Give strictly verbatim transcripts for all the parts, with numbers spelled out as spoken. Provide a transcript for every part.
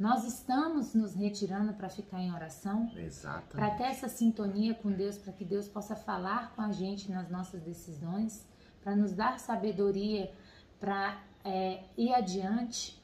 Nós estamos nos retirando para ficar em oração, para ter essa sintonia com Deus, para que Deus possa falar com a gente nas nossas decisões, para nos dar sabedoria para é, ir adiante.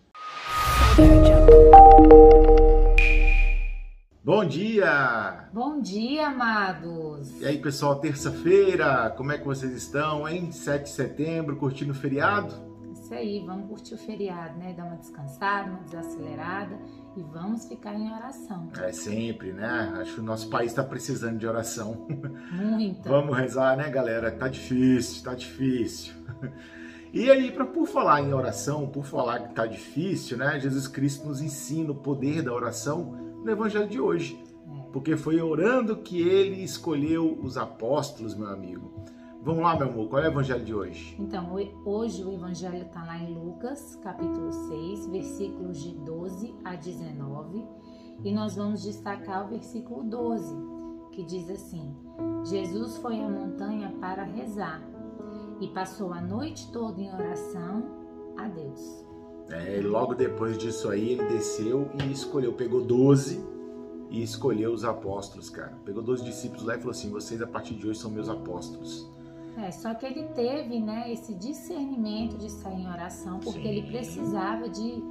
Bom dia! Bom dia, amados! E aí, pessoal, terça-feira, como é que vocês estão, hein? sete de setembro, curtindo o feriado? Isso aí, vamos curtir o feriado, né? Dar uma descansada, uma desacelerada e vamos ficar em oração. É sempre, né? Acho que o nosso país está precisando de oração. Muita! Vamos rezar, né, galera? Tá difícil, tá difícil. E aí, pra, por falar em oração, por falar que tá difícil, né? Jesus Cristo nos ensina o poder da oração no Evangelho de hoje. É. Porque foi orando que ele escolheu os apóstolos, meu amigo. Vamos lá, meu amor, qual é o Evangelho de hoje? Então, hoje o Evangelho está lá em Lucas, capítulo seis, versículos de doze a dezenove. E nós vamos destacar o versículo doze, que diz assim: Jesus foi à montanha para rezar e passou a noite toda em oração a Deus. É, e logo depois disso aí, ele desceu e escolheu, pegou doze e escolheu os apóstolos, cara. Pegou doze discípulos lá e falou assim: vocês a partir de hoje são meus apóstolos. É, só que ele teve, né, esse discernimento de sair em oração, porque Sim. ele precisava de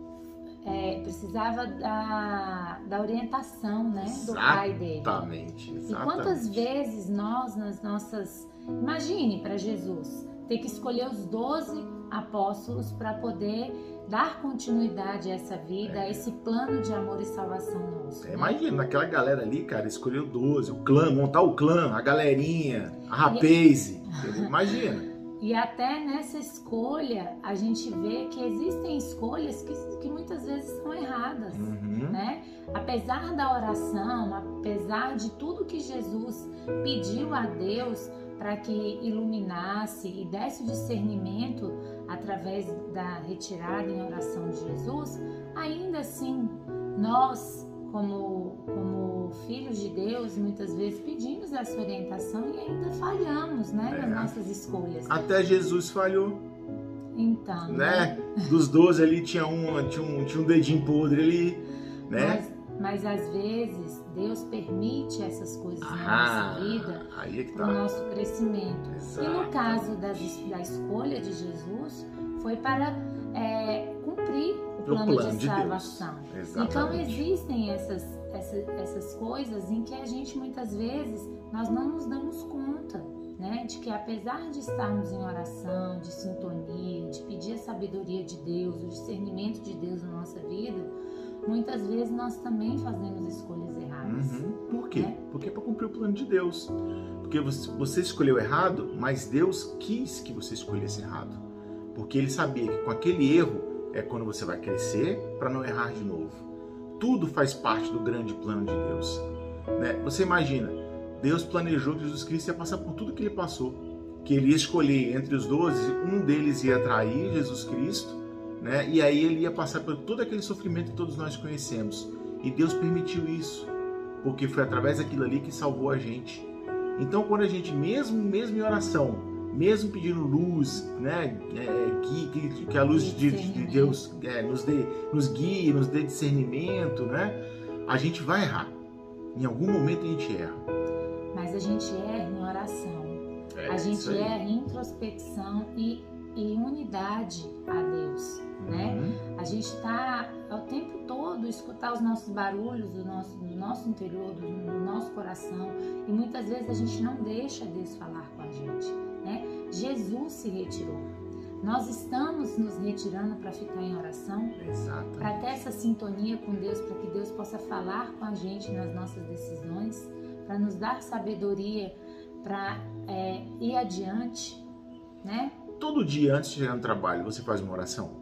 é, precisava da, da orientação, né, do pai dele. Exatamente, exatamente. E quantas vezes nós, nas nossas... Imagine para Jesus ter que escolher os doze apóstolos para poder dar continuidade a essa vida, é. a esse plano de amor e salvação nosso. É, né? Imagina, naquela galera ali, cara, escolheu doze, o clã, montar o clã, a galerinha, a rapaze, e... imagina. E até nessa escolha, a gente vê que existem escolhas que, que muitas vezes são erradas, uhum. né? Apesar da oração, apesar de tudo que Jesus pediu a Deus para que iluminasse e desse o discernimento através da retirada em oração de Jesus, ainda assim, nós, como, como filhos de Deus, muitas vezes pedimos essa orientação e ainda falhamos, né, é. nas nossas escolhas. Até Jesus falhou. Então, né? Dos doze ali tinha um, tinha um, tinha um dedinho podre ali, né? Mas, mas às vezes Deus permite essas coisas ah, na nossa vida aí é que tá. para o nosso crescimento. Exato. E no caso das, da escolha de Jesus, foi para é, cumprir o plano, o plano de, de salvação. Então existem essas, essas, essas coisas em que a gente muitas vezes nós não nos damos conta, né? De que apesar de estarmos em oração, de sintonia, de pedir a sabedoria de Deus, o discernimento de Deus na nossa vida, muitas vezes nós também fazemos escolhas erradas. Uhum. Por quê? Né? Porque é para cumprir o plano de Deus. Porque você, você escolheu errado, mas Deus quis que você escolhesse errado. Porque Ele sabia que com aquele erro é quando você vai crescer para não errar de novo. Tudo faz parte do grande plano de Deus. Né? Você imagina, Deus planejou que Jesus Cristo ia passar por tudo que Ele passou. Que Ele ia escolher entre os doze, um deles ia trair Jesus Cristo, né? E aí Ele ia passar por todo aquele sofrimento que todos nós conhecemos. E Deus permitiu isso, porque foi através daquilo ali que salvou a gente. Então, quando a gente, mesmo, mesmo em oração, mesmo pedindo luz, né, é, que, que, que a luz de, de Deus é, nos, dê, nos guie, nos dê discernimento, né, a gente vai errar. Em algum momento a gente erra. Mas a gente erra em oração. É, a gente erra em introspecção e em unidade a Deus. Né? Uhum. A gente está o tempo todo escutar os nossos barulhos do nosso, do nosso interior, do, do nosso coração, e muitas vezes a gente não deixa Deus falar com a gente, né? Jesus se retirou. Nós estamos nos retirando para ficar em oração, para ter essa sintonia com Deus, para que Deus possa falar com a gente nas nossas decisões, para nos dar sabedoria para é, ir adiante, né? Todo dia antes de chegar no trabalho, você faz uma oração?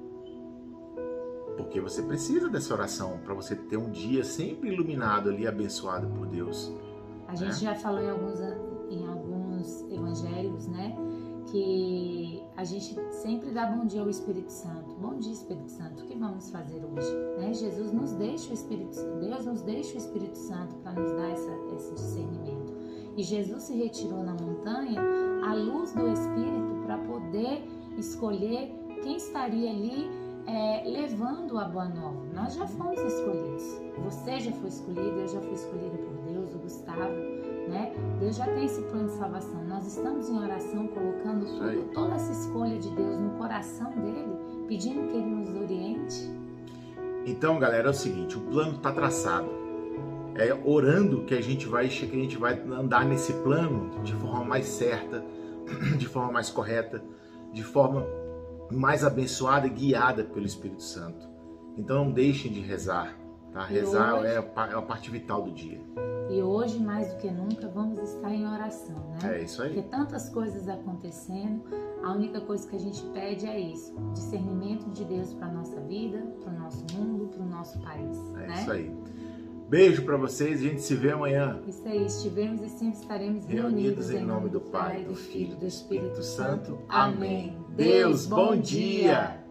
Porque você precisa dessa oração para você ter um dia sempre iluminado ali, abençoado por Deus. A gente né? já falou em alguns, em alguns evangelhos, né? Que a gente sempre dá bom dia ao Espírito Santo. Bom dia, Espírito Santo, o que vamos fazer hoje? Né? Jesus nos deixa o Espírito Deus nos deixa o Espírito Santo para nos dar essa, esse discernimento. E Jesus se retirou na montanha à luz do Espírito para poder escolher quem estaria ali é, levando a boa nova. Nós já fomos escolhidos. Você já foi escolhido, eu já fui escolhida por Deus, o Gustavo, né? Deus já tem esse plano de salvação. Nós estamos em oração colocando tudo, toda essa escolha de Deus no coração dele, pedindo que ele nos oriente. Então, galera, é o seguinte, o plano está traçado. É orando que a gente vai que a gente vai andar nesse plano de forma mais certa, de forma mais correta, de forma mais abençoada e guiada pelo Espírito Santo. Então não deixem de rezar, tá? Rezar hoje, é, a, é a parte vital do dia. E hoje, mais do que nunca, vamos estar em oração, né? É isso aí. Porque tantas coisas acontecendo, a única coisa que a gente pede é isso, discernimento de Deus para a nossa vida, para o nosso mundo, para o nosso país. É né? isso aí. Beijo para vocês, a gente se vê amanhã. Isso aí, estivemos e sempre estaremos reunidos, reunidos em nome do Pai, do Filho e do Espírito Santo. Amém. Deus, bom dia!